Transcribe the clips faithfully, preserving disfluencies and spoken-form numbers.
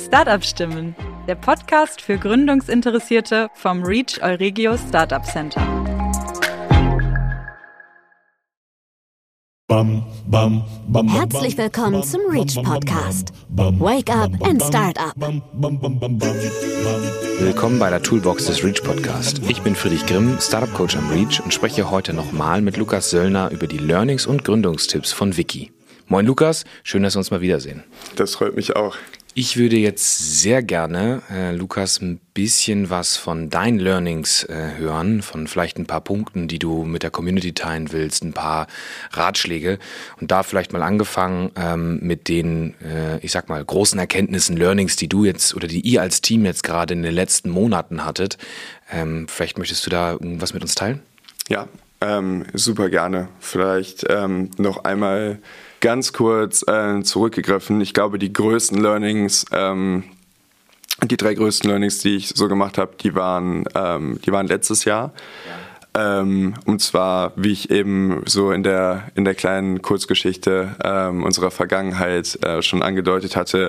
Startup-Stimmen, der Podcast für Gründungsinteressierte vom Reach Euregio Startup Center. Herzlich willkommen zum Reach Podcast. Wake up and start up. Willkommen bei der Toolbox des Reach Podcast. Ich bin Friedrich Grimm, Startup Coach am Reach und spreche heute nochmal mit Lukas Söllner über die Learnings und Gründungstipps von Wiki. Moin Lukas, schön, dass wir uns mal wiedersehen. Das freut mich auch. Ich würde jetzt sehr gerne, äh, Lukas, ein bisschen was von deinen Learnings äh, hören, von vielleicht ein paar Punkten, die du mit der Community teilen willst, ein paar Ratschläge. Und da vielleicht mal angefangen ähm, mit den, äh, ich sag mal, großen Erkenntnissen, Learnings, die du jetzt oder die ihr als Team jetzt gerade in den letzten Monaten hattet. Ähm, vielleicht möchtest du da irgendwas mit uns teilen? Ja, ähm, super gerne. Vielleicht ähm, noch einmal ganz kurz äh, zurückgegriffen. Ich glaube, die größten Learnings, ähm, die drei größten Learnings, die ich so gemacht habe, die waren, ähm, die waren letztes Jahr. Ja. Ähm, und zwar, wie ich eben so in der in der kleinen Kurzgeschichte ähm, unserer Vergangenheit äh, schon angedeutet hatte,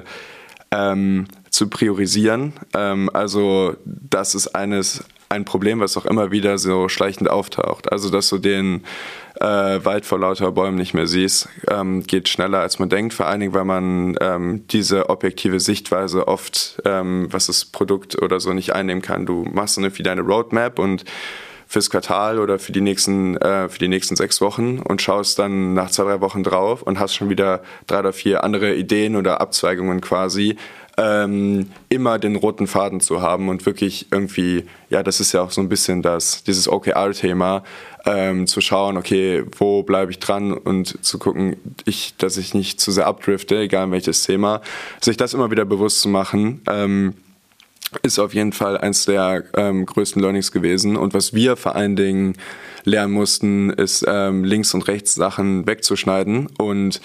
ähm, zu priorisieren. Ähm, also das ist eines ein Problem, was auch immer wieder so schleichend auftaucht. Also dass du den äh, Wald vor lauter Bäumen nicht mehr siehst, ähm, geht schneller als man denkt, vor allen Dingen, weil man ähm, diese objektive Sichtweise oft, ähm, was das Produkt oder so, nicht einnehmen kann. Du machst dann irgendwie deine Roadmap und fürs Quartal oder für die nächsten äh, für die nächsten sechs Wochen und schaust dann nach zwei, drei Wochen drauf und hast schon wieder drei oder vier andere Ideen oder Abzweigungen quasi, ähm, immer den roten Faden zu haben und wirklich irgendwie, ja, das ist ja auch so ein bisschen das, dieses O K R-Thema, ähm, zu schauen, okay, wo bleibe ich dran und zu gucken, ich, dass ich nicht zu sehr abdrifte, egal welches Thema, sich das immer wieder bewusst zu machen, ähm, ist auf jeden Fall eins der ähm, größten Learnings gewesen. Und was wir vor allen Dingen lernen mussten, ist ähm, links und rechts Sachen wegzuschneiden. Und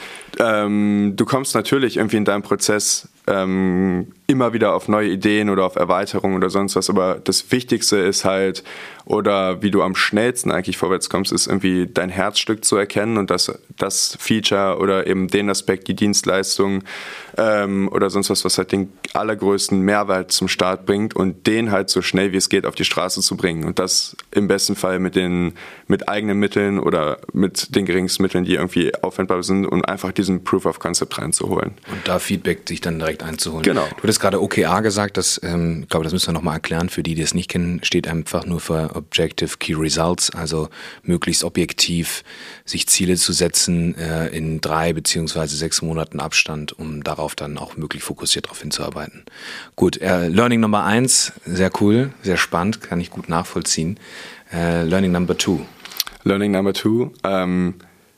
ähm, du kommst natürlich irgendwie in deinem Prozess ähm, immer wieder auf neue Ideen oder auf Erweiterungen oder sonst was. Aber das Wichtigste ist halt, oder wie du am schnellsten eigentlich vorwärts kommst, ist irgendwie dein Herzstück zu erkennen und das, das Feature oder eben den Aspekt, die Dienstleistung ähm, oder sonst was, was halt den allergrößten Mehrwert zum Start bringt und den halt so schnell wie es geht auf die Straße zu bringen. Und das im besten Fall mit den mit eigenen Mitteln oder mit den geringsten Mitteln, die irgendwie aufwendbar sind, und einfach diesen Proof of Concept reinzuholen. Und da Feedback sich dann direkt einzuholen. Genau. Du hattest gerade O K R gesagt, das, ähm, ich glaube, das müssen wir nochmal erklären, für die, die es nicht kennen, steht einfach nur für Objective Key Results, also möglichst objektiv sich Ziele zu setzen äh, in drei beziehungsweise sechs Monaten Abstand, um darauf dann auch möglichst fokussiert darauf hinzuarbeiten. Gut, äh, Learning Nummer eins, sehr cool, sehr spannend, kann ich gut nachvollziehen. Äh, Learning Number two. Learning Number two, ähm,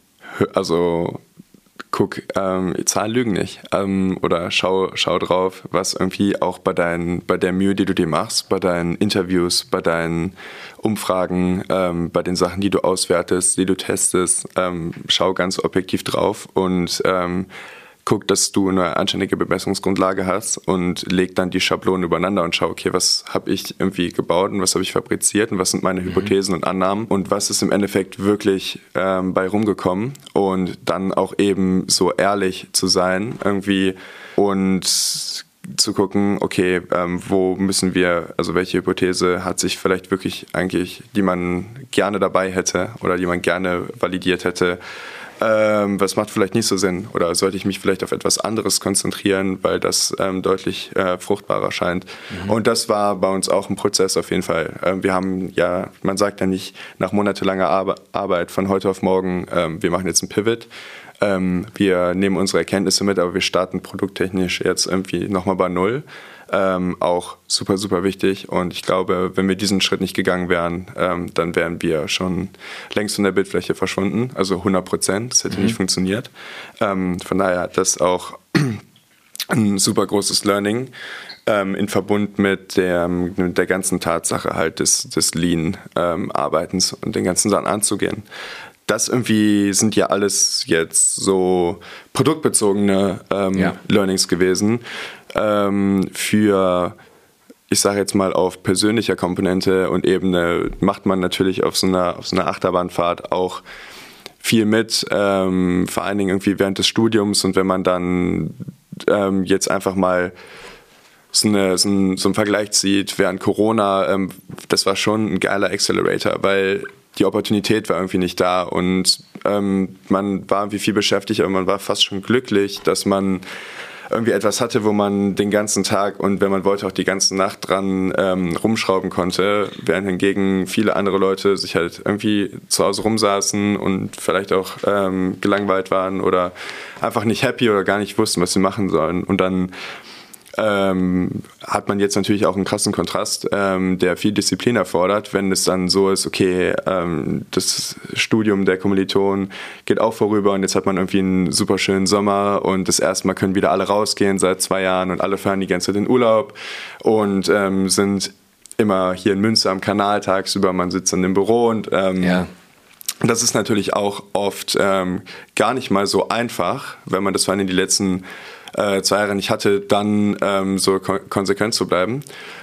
also guck, ähm, Zahlen lügen nicht. Ähm, oder schau, schau drauf, was irgendwie auch bei, deinen, bei der Mühe, die du dir machst, bei deinen Interviews, bei deinen Umfragen, ähm, bei den Sachen, die du auswertest, die du testest, ähm, schau ganz objektiv drauf und ähm, guck, dass du eine anständige Bemessungsgrundlage hast und leg dann die Schablonen übereinander und schau, okay, was habe ich irgendwie gebaut und was habe ich fabriziert und was sind meine mhm. Hypothesen und Annahmen und was ist im Endeffekt wirklich ähm, bei rumgekommen, und dann auch eben so ehrlich zu sein irgendwie und zu gucken, okay, ähm, wo müssen wir, also welche Hypothese hat sich vielleicht wirklich eigentlich, die man gerne dabei hätte oder die man gerne validiert hätte, Ähm, was macht vielleicht nicht so Sinn, oder sollte ich mich vielleicht auf etwas anderes konzentrieren, weil das ähm, deutlich äh, fruchtbarer scheint. Mhm. Und das war bei uns auch ein Prozess auf jeden Fall. Ähm, wir haben ja, man sagt ja nicht nach monatelanger Ar- Arbeit von heute auf morgen, ähm, wir machen jetzt einen Pivot. Ähm, wir nehmen unsere Erkenntnisse mit, aber wir starten produkttechnisch jetzt irgendwie nochmal bei Null. Ähm, auch super, super wichtig, und ich glaube, wenn wir diesen Schritt nicht gegangen wären, ähm, dann wären wir schon längst von der Bildfläche verschwunden, also hundert Prozent, das hätte mhm. nicht funktioniert. Ähm, von daher hat das auch ein super großes Learning ähm, in Verbund mit der, mit der ganzen Tatsache halt des, des Lean-Arbeitens ähm, und den ganzen Sachen anzugehen. Das irgendwie sind ja alles jetzt so produktbezogene ähm, ja. Learnings gewesen. Ähm, für, ich sage jetzt mal, auf persönlicher Komponente und Ebene macht man natürlich auf so einer, auf so einer Achterbahnfahrt auch viel mit, ähm, vor allen Dingen irgendwie während des Studiums, und wenn man dann ähm, jetzt einfach mal so, eine, so, ein, so ein Vergleich zieht, während Corona, ähm, das war schon ein geiler Accelerator, weil die Opportunität war irgendwie nicht da und ähm, man war irgendwie viel beschäftigt, aber man war fast schon glücklich, dass man irgendwie etwas hatte, wo man den ganzen Tag und wenn man wollte auch die ganze Nacht dran ähm, rumschrauben konnte, während hingegen viele andere Leute sich halt irgendwie zu Hause rumsaßen und vielleicht auch ähm, gelangweilt waren oder einfach nicht happy oder gar nicht wussten, was sie machen sollen. Und dann ähm, hat man jetzt natürlich auch einen krassen Kontrast, ähm, der viel Disziplin erfordert, wenn es dann so ist, okay, ähm, das Studium der Kommilitonen geht auch vorüber und jetzt hat man irgendwie einen super schönen Sommer und das erste Mal können wieder alle rausgehen seit zwei Jahren und alle fahren die ganze Zeit in Urlaub und ähm, sind immer hier in Münster am Kanal tagsüber, man sitzt dann im Büro und ähm, ja. Das ist natürlich auch oft ähm, gar nicht mal so einfach, wenn man das vor allem in die letzten Äh, zwei Jahre nicht hatte, dann ähm, so kon- konsequent zu bleiben.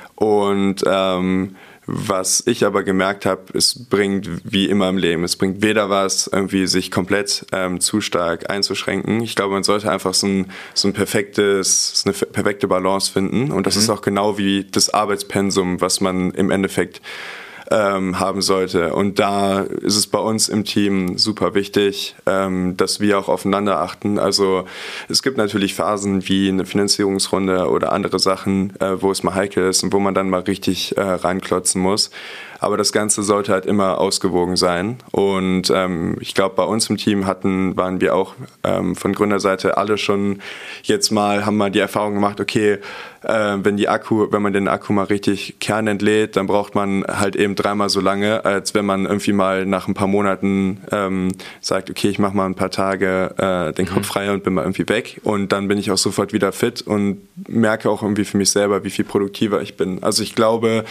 Und ähm, was ich aber gemerkt habe, es bringt wie immer im Leben, es bringt weder was, irgendwie sich komplett ähm, zu stark einzuschränken. Ich glaube, man sollte einfach so ein, so ein perfektes, so eine perfekte Balance finden. Und das mhm. ist auch genau wie das Arbeitspensum, was man im Endeffekt Ähm, haben sollte. Und da ist es bei uns im Team super wichtig, ähm, dass wir auch aufeinander achten. Also es gibt natürlich Phasen wie eine Finanzierungsrunde oder andere Sachen, äh, wo es mal heikel ist und wo man dann mal richtig äh, reinklotzen muss. Aber das Ganze sollte halt immer ausgewogen sein. Und ähm, ich glaube, bei uns im Team hatten, waren wir auch ähm, von Gründerseite alle schon jetzt mal, haben mal die Erfahrung gemacht, okay, äh, wenn die Akku, wenn man den Akku mal richtig kernentlädt, dann braucht man halt eben dreimal so lange, als wenn man irgendwie mal nach ein paar Monaten ähm, sagt, okay, ich mache mal ein paar Tage äh, den Kopf frei und bin mal irgendwie weg. Und dann bin ich auch sofort wieder fit und merke auch irgendwie für mich selber, wie viel produktiver ich bin. Also ich glaube,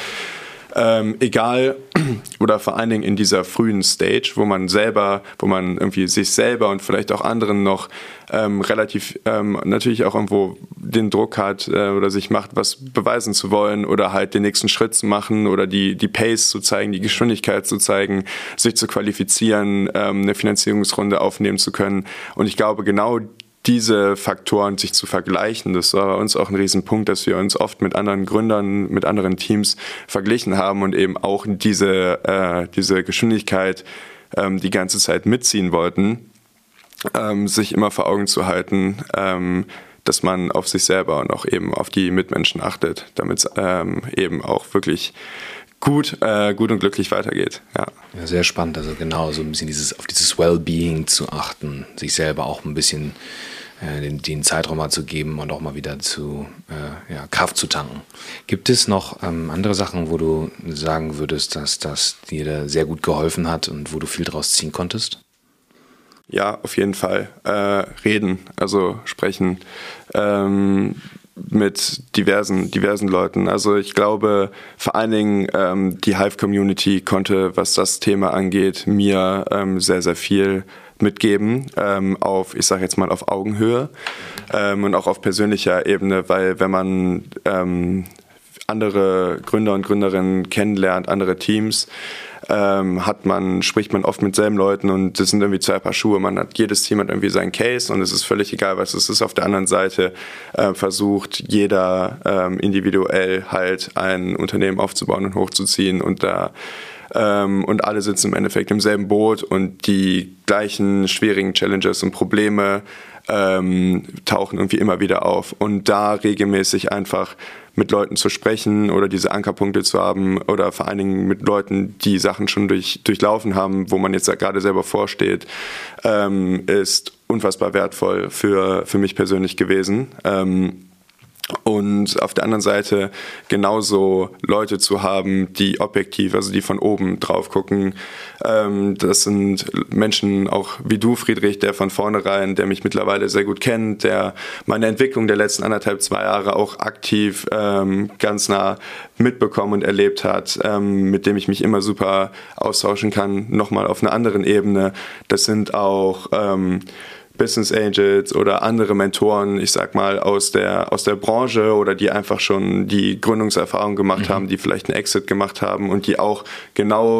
Ähm, egal oder vor allen Dingen in dieser frühen Stage, wo man selber, wo man irgendwie sich selber und vielleicht auch anderen noch ähm, relativ ähm, natürlich auch irgendwo den Druck hat äh, oder sich macht, was beweisen zu wollen oder halt den nächsten Schritt zu machen oder die, die Pace zu zeigen, die Geschwindigkeit zu zeigen, sich zu qualifizieren, ähm, eine Finanzierungsrunde aufnehmen zu können. Und ich glaube, genau diese Faktoren sich zu vergleichen, das war bei uns auch ein Riesenpunkt, dass wir uns oft mit anderen Gründern, mit anderen Teams verglichen haben und eben auch diese, äh, diese Geschwindigkeit ähm, die ganze Zeit mitziehen wollten, ähm, sich immer vor Augen zu halten, ähm, dass man auf sich selber und auch eben auf die Mitmenschen achtet, damit es ähm, eben auch wirklich gut, äh, gut und glücklich weitergeht. Ja. Ja, sehr spannend. Also genau, so ein bisschen dieses, auf dieses Wellbeing zu achten, sich selber auch ein bisschen äh, den, den Zeitraum mal zu geben und auch mal wieder zu äh, ja, Kraft zu tanken. Gibt es noch ähm, andere Sachen, wo du sagen würdest, dass das dir da sehr gut geholfen hat und wo du viel draus ziehen konntest? Ja, auf jeden Fall. Äh, reden, also sprechen. Ähm, mit diversen, diversen Leuten. Also ich glaube, vor allen Dingen ähm, die Hive-Community konnte, was das Thema angeht, mir ähm, sehr, sehr viel mitgeben, ähm, auf, ich sage jetzt mal, auf Augenhöhe ähm, und auch auf persönlicher Ebene, weil wenn man ähm, andere Gründer und Gründerinnen kennenlernt, andere Teams, ähm, hat man, spricht man oft mit selben Leuten und das sind irgendwie zwei Paar Schuhe. Man hat, jedes Team hat irgendwie seinen Case und es ist völlig egal, was es ist. Auf der anderen Seite äh, versucht jeder ähm, individuell halt ein Unternehmen aufzubauen und hochzuziehen und da ähm, und alle sitzen im Endeffekt im selben Boot und die gleichen schwierigen Challenges und Probleme ähm, tauchen irgendwie immer wieder auf. Und da regelmäßig einfach mit Leuten zu sprechen oder diese Ankerpunkte zu haben oder vor allen Dingen mit Leuten, die Sachen schon durch, durchlaufen haben, wo man jetzt gerade selber vorsteht, ähm, ist unfassbar wertvoll für, für mich persönlich gewesen. Ähm, Und auf der anderen Seite genauso Leute zu haben, die objektiv, also die von oben drauf gucken. Ähm, das sind Menschen auch wie du, Friedrich, der von vornherein, der mich mittlerweile sehr gut kennt, der meine Entwicklung der letzten anderthalb, zwei Jahre auch aktiv ähm, ganz nah mitbekommen und erlebt hat, ähm, mit dem ich mich immer super austauschen kann, nochmal auf einer anderen Ebene. Das sind auch ähm, Business Angels oder andere Mentoren, ich sag mal, aus der, aus der Branche oder die einfach schon die Gründungserfahrung gemacht mhm. haben, die vielleicht einen Exit gemacht haben und die auch genau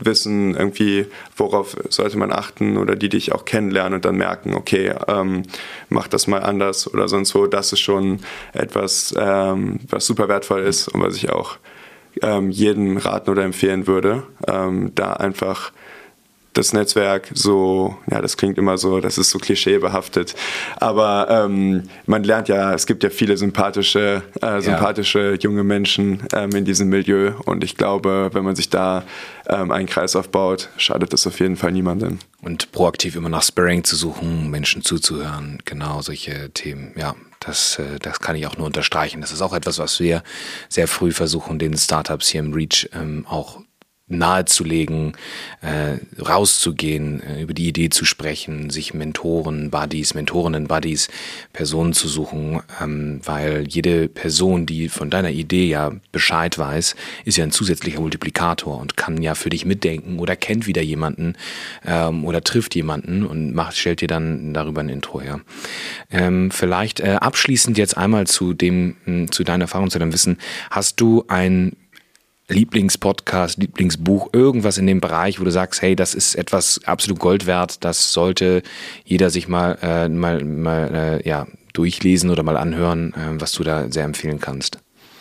wissen irgendwie, worauf sollte man achten oder die dich auch kennenlernen und dann merken, okay, ähm, mach das mal anders oder sonst wo. Das ist schon etwas, ähm, was super wertvoll ist und was ich auch ähm, jedem raten oder empfehlen würde, ähm, da einfach das Netzwerk so, ja, das klingt immer so, das ist so klischeebehaftet, aber ähm, man lernt ja, es gibt ja viele sympathische, äh, sympathische ja. junge Menschen ähm, in diesem Milieu und ich glaube, wenn man sich da ähm, einen Kreis aufbaut, schadet das auf jeden Fall niemandem. Und proaktiv immer nach Sparring zu suchen, Menschen zuzuhören, genau solche Themen, ja. Das, das kann ich auch nur unterstreichen. Das ist auch etwas, was wir sehr früh versuchen, den Startups hier im Reach ähm, auch nahezulegen, äh, rauszugehen, äh, über die Idee zu sprechen, sich Mentoren, Buddies, Mentorinnen, Buddies, Personen zu suchen, ähm, weil jede Person, die von deiner Idee ja Bescheid weiß, ist ja ein zusätzlicher Multiplikator und kann ja für dich mitdenken oder kennt wieder jemanden ähm, oder trifft jemanden und macht, stellt dir dann darüber ein Intro her. Ähm, vielleicht äh, abschließend jetzt einmal zu dem, mh, zu deiner Erfahrung, zu deinem Wissen, hast du ein Lieblingspodcast, Lieblingsbuch, irgendwas in dem Bereich, wo du sagst, hey, das ist etwas absolut Gold wert, das sollte jeder sich mal, äh, mal, mal äh, ja, durchlesen oder mal anhören, äh, was du da sehr empfehlen kannst?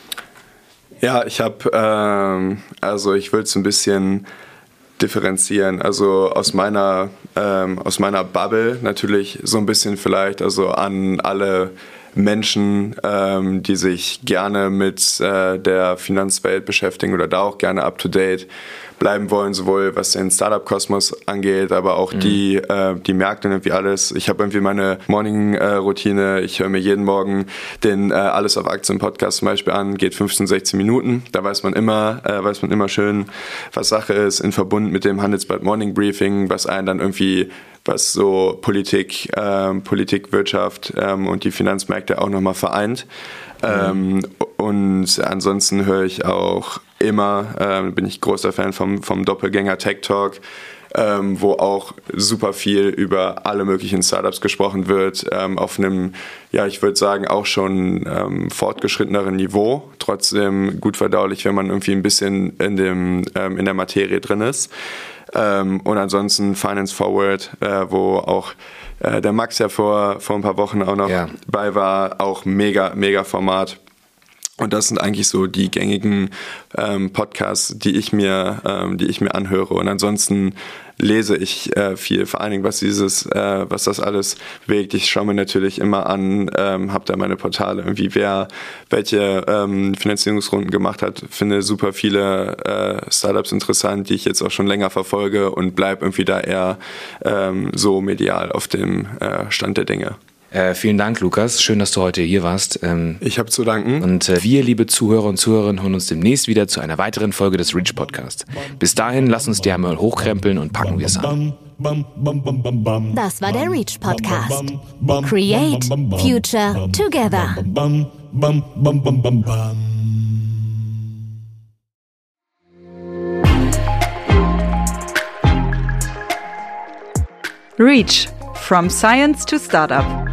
Ja, ich habe, ähm, also ich will es ein bisschen differenzieren, also aus meiner, ähm, aus meiner Bubble natürlich so ein bisschen vielleicht, also an alle Menschen, ähm, die sich gerne mit äh, der Finanzwelt beschäftigen oder da auch gerne up-to-date bleiben wollen, sowohl was den Startup-Kosmos angeht, aber auch mhm. die, äh, die Märkte und irgendwie alles. Ich habe irgendwie meine Morning-Routine, ich höre mir jeden Morgen den äh, Alles auf Aktien-Podcast zum Beispiel an, geht fünfzehn, sechzehn Minuten. Da weiß man immer, äh, weiß man immer schön, was Sache ist, in Verbund mit dem Handelsblatt Morning Briefing, was einen dann irgendwie was so Politik, ähm, Politik, Wirtschaft ähm, und die Finanzmärkte auch nochmal vereint. Mhm. Ähm, und ansonsten höre ich auch immer, ähm, bin ich großer Fan vom, vom Doppelgänger Tech Talk, ähm, wo auch super viel über alle möglichen Startups gesprochen wird, ähm, auf einem, ja, ich würde sagen, auch schon ähm, fortgeschritteneren Niveau, trotzdem gut verdaulich, wenn man irgendwie ein bisschen in, dem, ähm, in der Materie drin ist. Ähm, und ansonsten Finance Forward, äh, wo auch äh, der Max ja vor, vor ein paar Wochen auch noch ja. bei war, auch mega, mega Format. Und das sind eigentlich so die gängigen ähm, Podcasts, die ich mir, ähm, die ich mir anhöre. Und ansonsten lese ich äh, viel, vor allen Dingen was dieses, äh, was das alles bewegt. Ich schaue mir natürlich immer an, ähm, habe da meine Portale, irgendwie wer welche ähm, Finanzierungsrunden gemacht hat. Finde super viele äh, Startups interessant, die ich jetzt auch schon länger verfolge und bleib irgendwie da eher ähm, so medial auf dem äh, Stand der Dinge. Äh, vielen Dank, Lukas. Schön, dass du heute hier warst. Ähm, ich habe zu danken. Und äh, wir, liebe Zuhörer und Zuhörerinnen, hören uns demnächst wieder zu einer weiteren Folge des Reach Podcast. Bis dahin, lass uns die einmal hochkrempeln und packen wir es an. Das war der Reach Podcast. Create Future Together. Reach. From Science to Startup.